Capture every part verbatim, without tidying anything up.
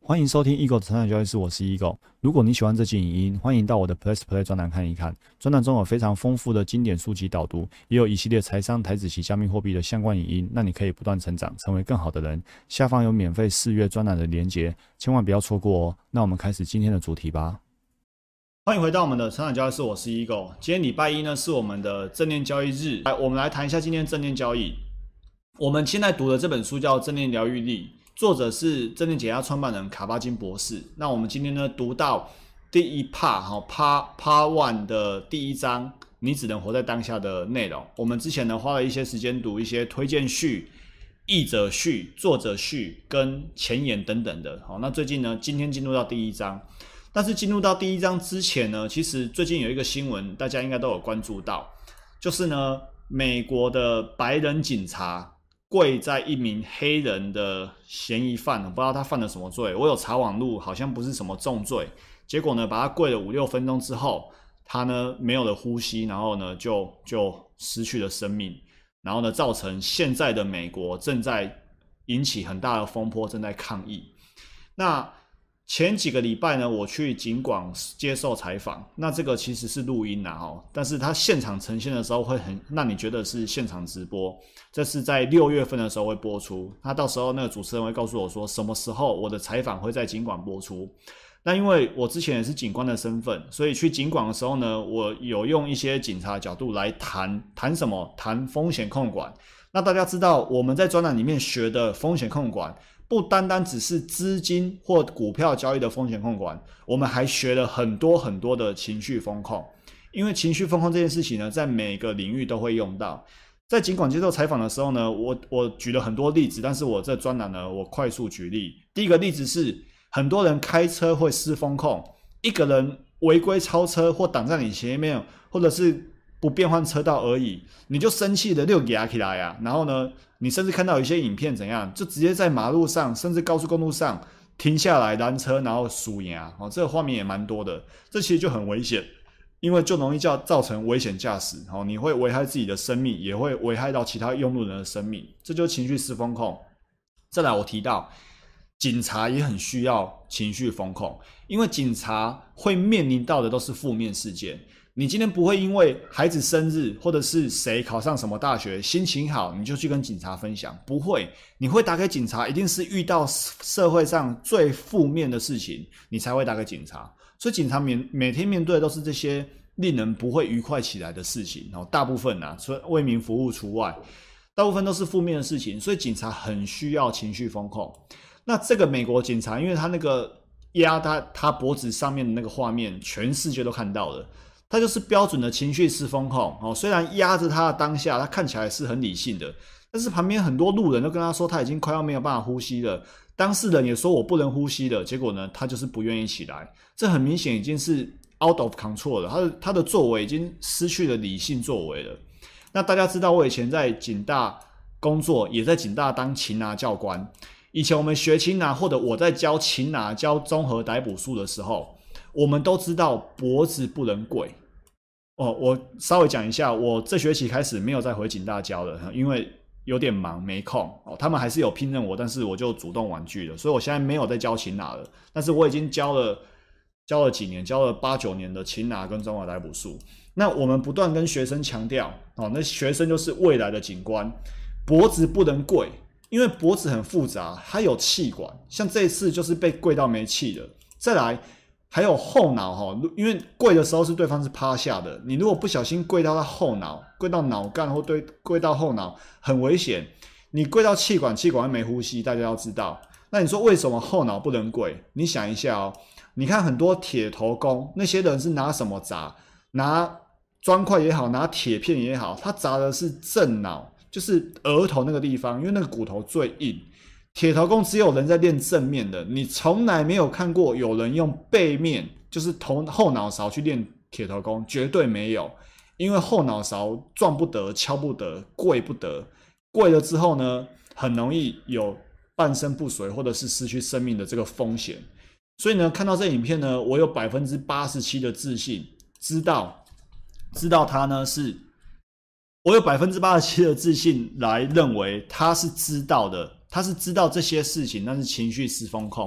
欢迎收听 Eagle 的成长交易室，我是 Eagle。如果你喜欢这期影音，欢迎到我的 Plus Play 专栏看一看。专栏中有非常丰富的经典书籍导读，也有一系列财商、台子及加密货币的相关影音，让你可以不断成长，成为更好的人。下方有免费试阅专栏的连结，千万不要错过哦。那我们开始今天的主题吧。欢迎回到我们的成长交易室，我是 Eagle。今天礼拜一呢是我们的正念交易日，来，我们来谈一下今天正念交易。我们现在读的这本书叫《正念疗愈力》。作者是正念减压创办人卡巴金博士。那我们今天呢读到第一 part 哈 part part one 的第一章，你只能活在当下的内容。我们之前呢花了一些时间读一些推荐序、译者序、作者序跟前言等等的。好，那最近呢今天进入到第一章，但是进入到第一章之前呢，其实最近有一个新闻大家应该都有关注到，就是呢美国的白人警察跪在一名黑人的嫌疑犯，我不知道他犯了什么罪，我有查网路，好像不是什么重罪。结果呢，把他跪了五六分钟之后，他呢没有了呼吸，然后呢就就失去了生命，然后呢造成现在的美国正在引起很大的风波，正在抗议。那前几个礼拜呢，我去警广接受采访，那这个其实是录音啦齁，但是他现场呈现的时候会很让你觉得是现场直播。这是在六月份的时候会播出，他到时候那个主持人会告诉我说什么时候我的采访会在警广播出。那因为我之前也是警官的身份，所以去警广的时候呢，我有用一些警察的角度来谈谈什么？谈风险控管。那大家知道我们在专栏里面学的风险控管，不单单只是资金或股票交易的风险控管，我们还学了很多很多的情绪风控。因为情绪风控这件事情呢，在每个领域都会用到。在警广接受采访的时候呢，我我举了很多例子，但是我这专栏呢，我快速举例。第一个例子是，很多人开车会失风控，一个人违规超车或挡在你前面，或者是不变换车道而已，你就生气的就压起来啊，然后呢，你甚至看到有一些影片怎样，就直接在马路上甚至高速公路上停下来拦车，然后输赢哦，这个画面也蛮多的，这其实就很危险。因为就容易造成危险驾驶，你会危害自己的生命，也会危害到其他用路人的生命，这就是情绪失风控。再来我提到警察也很需要情绪风控，因为警察会面临到的都是负面事件。你今天不会因为孩子生日或者是谁考上什么大学心情好你就去跟警察分享，不会，你会打给警察一定是遇到社会上最负面的事情你才会打给警察。所以警察每每天面对的都是这些令人不会愉快起来的事情，大部分啊，除了为民服务除外，大部分都是负面的事情，所以警察很需要情绪风控。那这个美国警察，因为他那个压他他脖子上面的那个画面，全世界都看到了，他就是标准的情绪失风控哦。虽然压着他的当下，他看起来是很理性的，但是旁边很多路人都跟他说他已经快要没有办法呼吸了。当事人也说我不能呼吸了，结果呢，他就是不愿意起来。这很明显已经是 out of control 了，他的他的作为已经失去了理性作为了。那大家知道，我以前在警大工作，也在警大当擒拿教官。以前我们学擒拿，或者我在教擒拿、教综合逮捕术的时候，我们都知道脖子不能跪。哦，我稍微讲一下，我这学期开始没有再回警大教了，因为有点忙没空哦，他们还是有聘任我，但是我就主动婉拒了，所以我现在没有在教擒拿了。但是我已经教了教了几年，教了八九年的擒拿跟综合逮捕术。那我们不断跟学生强调哦，那学生就是未来的警官，脖子不能跪，因为脖子很复杂，它有气管，像这一次就是被跪到没气了。再来还有后脑哈，因为跪的时候是对方是趴下的，你如果不小心跪到他后脑，跪到脑干或对跪到后脑，很危险。你跪到气管，气管没呼吸，大家要知道。那你说为什么后脑不能跪？你想一下哦，你看很多铁头功，那些人是拿什么砸？拿砖块也好，拿铁片也好，他砸的是正脑，就是额头那个地方，因为那个骨头最硬。铁头功只有人在练正面的，你从来没有看过有人用背面，就是头后脑勺去练铁头功，绝对没有。因为后脑勺撞不得、敲不得、跪不得，跪了之后呢，很容易有半身不遂或者是失去生命的这个风险。所以呢，看到这影片呢，我有 百分之八十七 的自信，知道知道他呢是，我有 百分之八十七 的自信来认为他是知道的。他是知道这些事情，但是情绪失风控。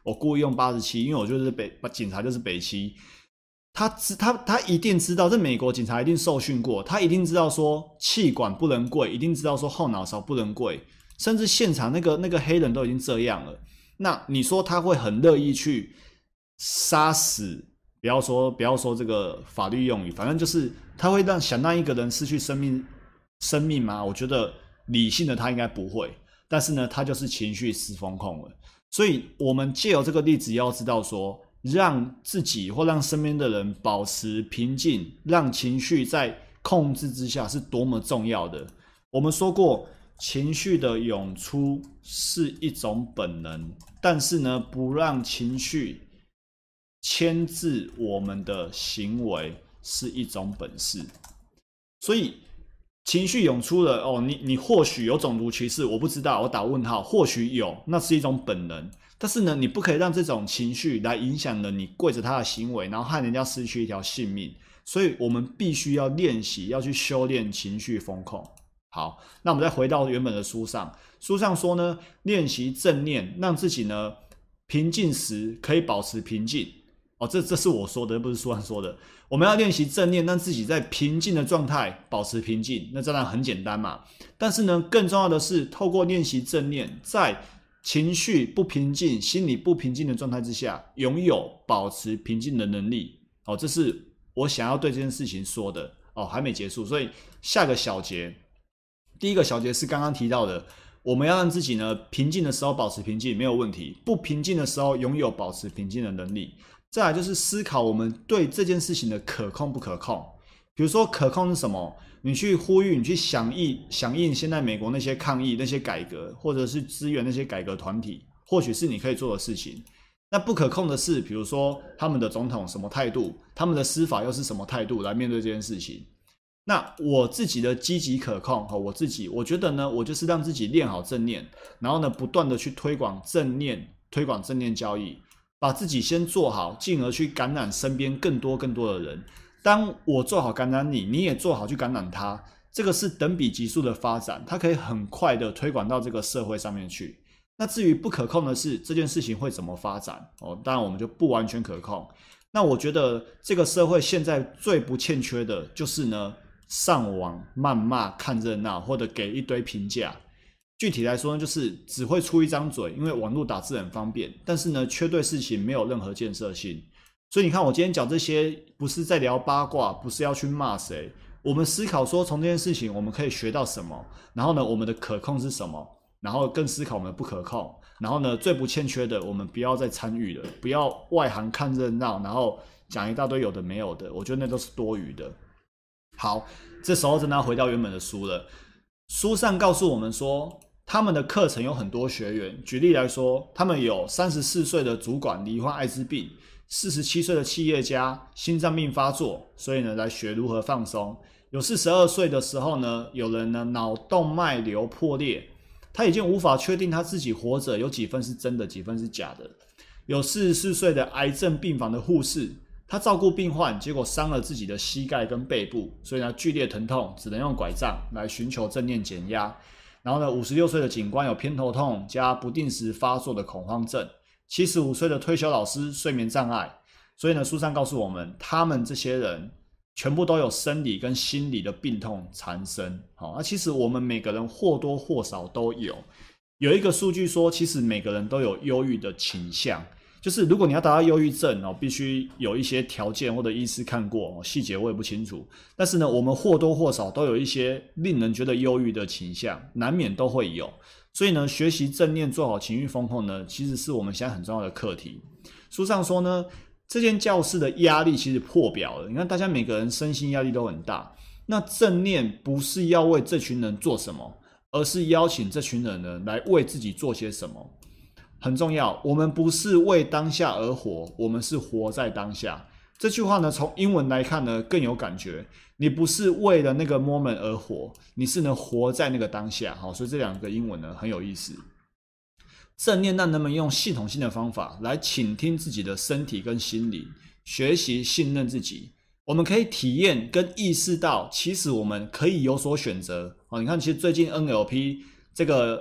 我故意用八十七，因为我就是北警察就是北七。他知他他一定知道，这美国警察一定受训过，他一定知道说气管不能跪，一定知道说后脑勺不能跪，甚至现场那个那个黑人都已经这样了。那你说他会很乐意去杀死？不要说不要说这个法律用语，反正就是他会让想让一个人失去生命生命吗？我觉得理性的他应该不会，但是呢，他就是情绪失风控了。所以我们借由这个例子要知道说，让自己或让身边的人保持平静，让情绪在控制之下是多么重要的。我们说过，情绪的涌出是一种本能，但是呢，不让情绪牵制我们的行为是一种本事。所以情绪涌出了哦，你你或许有种族歧视，我不知道，我打问号，或许有，那是一种本能。但是呢，你不可以让这种情绪来影响了你跪着他的行为，然后害人家失去一条性命。所以我们必须要练习，要去修炼情绪风控。好，那我们再回到原本的书上，书上说呢，练习正念，让自己呢平静时可以保持平静。哦，这这是我说的，不是书上说的。我们要练习正念，让自己在平静的状态保持平静，那当然很简单嘛。但是呢，更重要的是，透过练习正念，在情绪不平静、心理不平静的状态之下，拥有保持平静的能力。哦，这是我想要对这件事情说的。哦，还没结束，所以下个小节，第一个小节是刚刚提到的，我们要让自己呢平静的时候保持平静，没有问题；不平静的时候，拥有保持平静的能力。再来就是思考我们对这件事情的可控不可控。比如说可控是什么？你去呼吁，你去响应响应现在美国那些抗议、那些改革，或者是支援那些改革团体，或许是你可以做的事情。那不可控的是，比如说他们的总统什么态度，他们的司法又是什么态度来面对这件事情。那我自己的积极可控，我自己我觉得呢，我就是让自己练好正念，然后呢不断的去推广正念，推广正念交易。把自己先做好，进而去感染身边更多更多的人。当我做好感染你，你也做好去感染他，这个是等比级数的发展，它可以很快的推广到这个社会上面去。那至于不可控的是，这件事情会怎么发展哦？当然我们就不完全可控。那我觉得这个社会现在最不欠缺的就是呢，上网谩骂、看热闹，或者给一堆评价。具体来说呢，就是只会出一张嘴，因为网络打字很方便，但是呢，却对事情没有任何建设性。所以你看，我今天讲这些，不是在聊八卦，不是要去骂谁，我们思考说，从这件事情我们可以学到什么，然后呢，我们的可控是什么，然后更思考我们的不可控，然后呢，最不欠缺的，我们不要再参与了，不要外行看热闹，然后讲一大堆有的没有的，我觉得那都是多余的。好，这时候真的要回到原本的书了。书上告诉我们说，他们的课程有很多学员。举例来说，他们有三十四岁的主管罹患艾滋病，四十七岁的企业家心脏病发作，所以呢来学如何放松。有四十二岁的时候呢，有人呢脑动脉瘤破裂，他已经无法确定他自己活着有几分是真的，几分是假的。有四十四岁的癌症病房的护士，他照顾病患，结果伤了自己的膝盖跟背部，所以呢剧烈疼痛，只能用拐杖来寻求正念减压。然后呢，五十六岁的警官有偏头痛加不定时发作的恐慌症，七十五岁的退休老师睡眠障碍。所以呢，书上告诉我们，他们这些人全部都有生理跟心理的病痛缠身。好，那其实我们每个人或多或少都有。有一个数据说，其实每个人都有忧郁的倾向。就是如果你要达到忧郁症哦，必须有一些条件或者医师看过，细节我也不清楚。但是呢，我们或多或少都有一些令人觉得忧郁的倾向，难免都会有。所以呢，学习正念，做好情绪风控呢，其实是我们现在很重要的课题。书上说呢，这间教室的压力其实破表了。你看，大家每个人身心压力都很大。那正念不是要为这群人做什么，而是邀请这群人呢来为自己做些什么。很重要，我们不是为当下而活，我们是活在当下。这句话呢，从英文来看呢，更有感觉。你不是为了那个 moment 而活，你是呢活在那个当下。好，所以这两个英文呢很有意思。正念让人们用系统性的方法来倾听自己的身体跟心灵，学习信任自己。我们可以体验跟意识到，其实我们可以有所选择。好，你看，其实最近 N L P 这个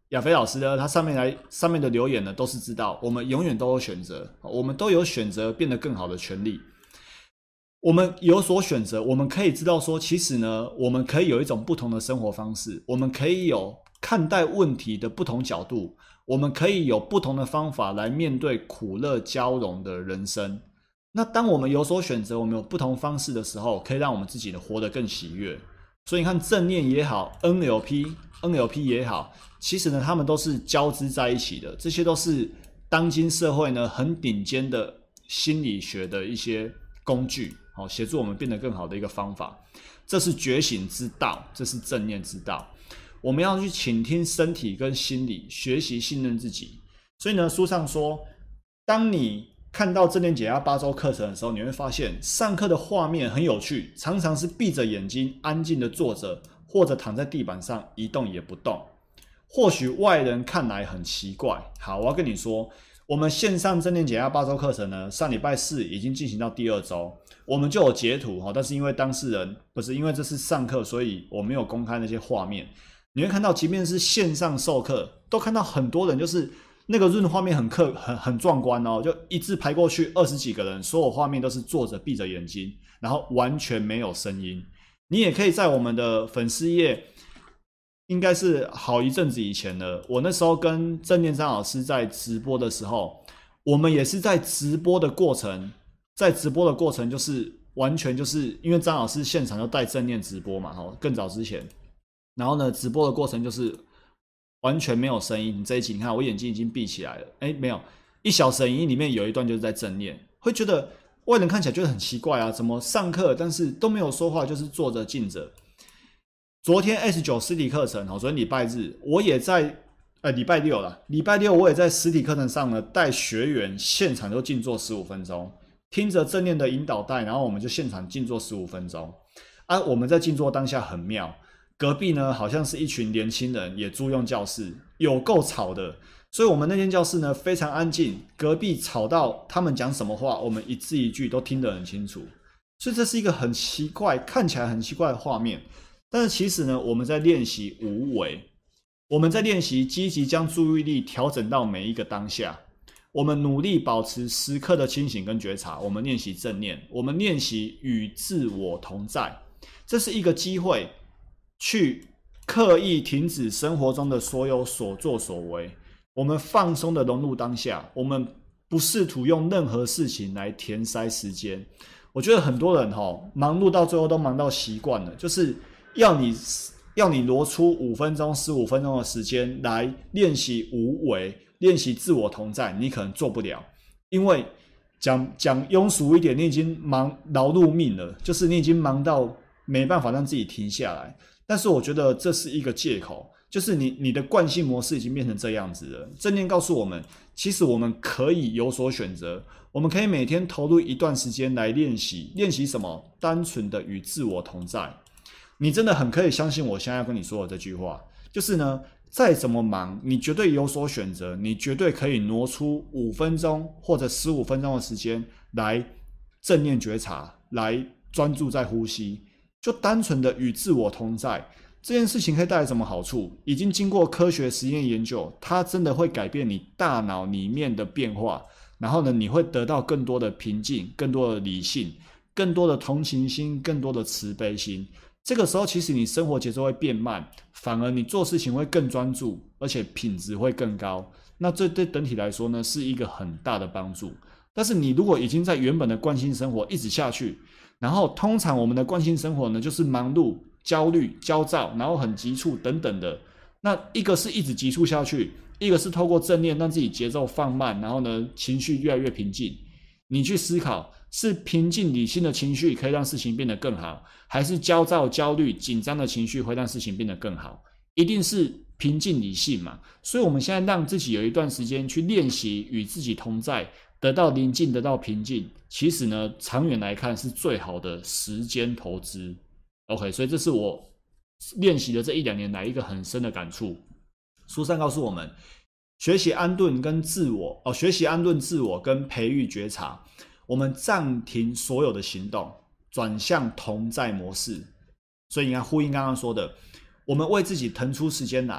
亚飞老师呢，他上面来上面的留言呢，都是知道我们永远都有选择，我们都有选择变得更好的权利。我们有所选择，我们可以知道说，其实呢，我们可以有一种不同的生活方式，我们可以有看待问题的不同角度，我们可以有不同的方法来面对苦乐交融的人生。那当我们有所选择，我们有不同方式的时候，可以让我们自己的活得更喜悦。所以你看，正念也好 ，N L P、N L P 也好，其实呢，他们都是交织在一起的。这些都是当今社会呢很顶尖的心理学的一些工具，好，协助我们变得更好的一个方法。这是觉醒之道，这是正念之道。我们要去倾听身体跟心理，学习信任自己。所以呢，书上说，当你看到正念减压八周课程的时候，你会发现上课的画面很有趣，常常是闭着眼睛安静的坐着，或者躺在地板上一动也不动。或许外人看来很奇怪。好，我要跟你说，我们线上正念减压八周课程呢，上礼拜四已经进行到第二周，我们就有截图，但是因为当事人不是因为这是上课，所以我没有公开那些画面。你会看到，即便是线上授课，都看到很多人就是那个润画面很客很很壮观哦，就一字排过去二十几个人，所有画面都是坐着闭着眼睛，然后完全没有声音。你也可以在我们的粉丝页，应该是好一阵子以前了，我那时候跟正念张老师在直播的时候，我们也是在直播的过程，在直播的过程就是完全就是因为张老师现场就带正念直播嘛，更早之前，然后呢直播的过程就是完全没有声音。你这一集你看我眼睛已经闭起来了，哎，没有，一小时影音里面有一段就是在正念，会觉得外人看起来觉得很奇怪啊，怎么上课但是都没有说话，就是坐着静着。昨天 S 九 实体课程，昨天礼拜日我也在呃礼拜六啦，礼拜六我也在实体课程上呢带学员现场就静坐十五分钟，听着正念的引导带，然后我们就现场静坐十五分钟。啊，我们在静坐当下很妙，隔壁呢好像是一群年轻人也租用教室，有够吵的，所以我们那间教室呢非常安静，隔壁吵到他们讲什么话，我们一字一句都听得很清楚。所以这是一个很奇怪，看起来很奇怪的画面。但是其实呢，我们在练习无为，我们在练习积极将注意力调整到每一个当下，我们努力保持时刻的清醒跟觉察，我们练习正念，我们练习与自我同在。这是一个机会去刻意停止生活中的所有所作所为，我们放松的融入当下，我们不试图用任何事情来填塞时间。我觉得很多人齁忙碌到最后都忙到习惯了，就是要你要你挪出五分钟、十五分钟的时间来练习无为，练习自我同在，你可能做不了，因为讲讲庸俗一点，你已经忙劳碌命了，就是你已经忙到没办法让自己停下来。但是我觉得这是一个借口，就是你你的惯性模式已经变成这样子了。正念告诉我们，其实我们可以有所选择，我们可以每天投入一段时间来练习，练习什么？单纯的与自我同在。你真的很可以相信我现在要跟你说的这句话，就是呢，再怎么忙，你绝对有所选择，你绝对可以挪出五分钟或者十五分钟的时间来正念觉察，来专注在呼吸，就单纯的与自我同在。这件事情可以带来什么好处？已经经过科学实验研究，它真的会改变你大脑里面的变化，然后呢，你会得到更多的平静，更多的理性，更多的同情心，更多的慈悲心。这个时候其实你生活节奏会变慢，反而你做事情会更专注，而且品质会更高。那这对整体来说呢，是一个很大的帮助。但是你如果已经在原本的惯性生活一直下去，然后通常我们的惯性生活呢，就是忙碌、焦虑、焦躁，然后很急促等等的。那一个是一直急促下去，一个是透过正念让自己节奏放慢，然后呢情绪越来越平静。你去思考，是平静理性的情绪可以让事情变得更好，还是焦躁、焦虑、紧张的情绪会让事情变得更好？一定是平静理性嘛。所以我们现在让自己有一段时间去练习与自己同在，得到宁静，得到平静，其实呢长远来看是最好的时间投资。 OK， 所以这是我练习的这一两年来一个很深的感触。书上告诉我们，学习安顿跟自我哦，学习安顿自我跟培育觉察，我们暂停所有的行动，转向同在模式。所以你看，呼应刚刚说的，我们为自己腾出时间来，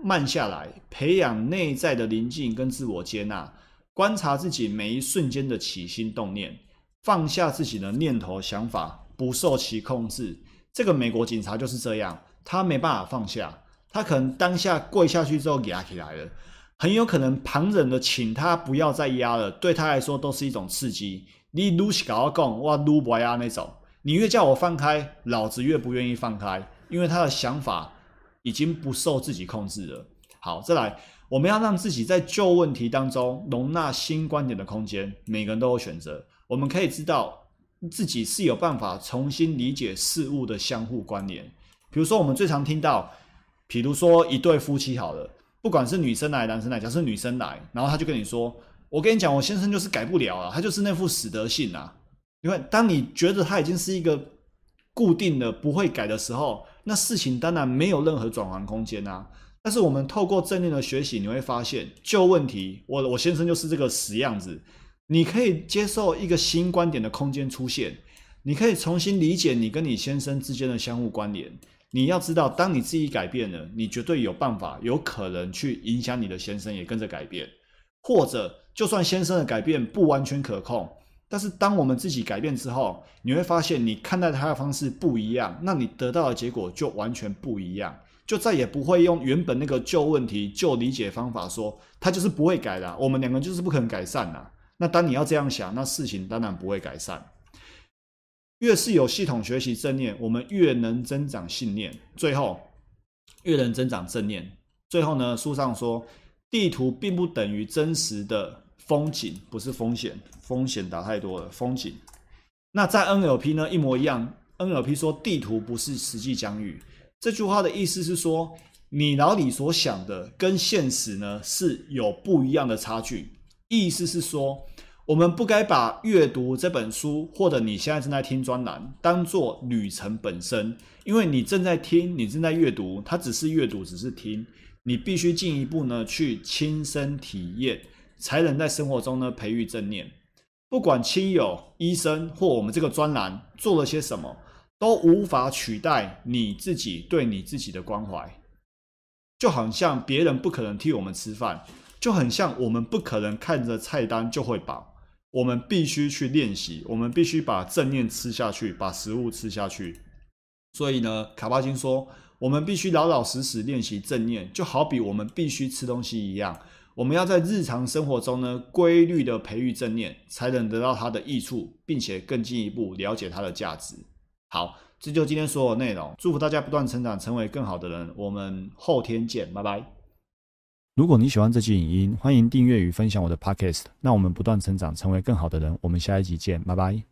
慢下来，培养内在的宁静跟自我接纳，观察自己每一瞬间的起心动念，放下自己的念头想法，不受其控制。这个美国警察就是这样，他没办法放下，他可能当下跪下去之后压起来了，很有可能旁人的请他不要再压了，对他来说都是一种刺激。你越是跟我讲，我越不压那种，你越叫我放开，老子越不愿意放开，因为他的想法已经不受自己控制了。好，再来，我们要让自己在旧问题当中容纳新观点的空间，每个人都有选择。我们可以知道自己是有办法重新理解事物的相互关联。比如说我们最常听到，比如说一对夫妻好了，不管是女生来男生来，假设女生来，然后他就跟你说，我跟你讲，我先生就是改不了啊，他就是那副死德性啊。因为当你觉得他已经是一个固定的不会改的时候，那事情当然没有任何转圜空间啊。但是我们透过正念的学习，你会发现旧问题，我我先生就是这个死样子，你可以接受一个新观点的空间出现，你可以重新理解你跟你先生之间的相互关联。你要知道，当你自己改变了，你绝对有办法有可能去影响你的先生也跟着改变。或者就算先生的改变不完全可控，但是当我们自己改变之后，你会发现你看待他的方式不一样，那你得到的结果就完全不一样，就再也不会用原本那个旧问题旧理解方法说他就是不会改的、啊、我们两个就是不可能改善的、啊、那当你要这样想，那事情当然不会改善。越是有系统学习正念，我们越能增长信念，最后越能增长正念。最后呢，书上说地图并不等于真实的风景，不是风险，风险打太多了，风景。那在 N L P 呢一模一样， N L P 说地图不是实际疆域。这句话的意思是说，你脑里所想的跟现实呢是有不一样的差距。意思是说，我们不该把阅读这本书或者你现在正在听专栏当作旅程本身，因为你正在听，你正在阅读，它只是阅读，只是听，你必须进一步呢去亲身体验，才能在生活中呢培育正念。不管亲友、医生或我们这个专栏做了些什么，都无法取代你自己对你自己的关怀。就好像别人不可能替我们吃饭，就很像我们不可能看着菜单就会饱，我们必须去练习，我们必须把正念吃下去，把食物吃下去。所以呢，卡巴金说，我们必须老老实实练习正念，就好比我们必须吃东西一样，我们要在日常生活中呢规律的培育正念，才能得到它的益处，并且更进一步了解它的价值。好，这就今天所有内容，祝福大家不断成长，成为更好的人。我们后天见，拜拜。如果你喜欢这期影音，欢迎订阅与分享我的 Podcast。那我们不断成长，成为更好的人。我们下一集见，拜拜。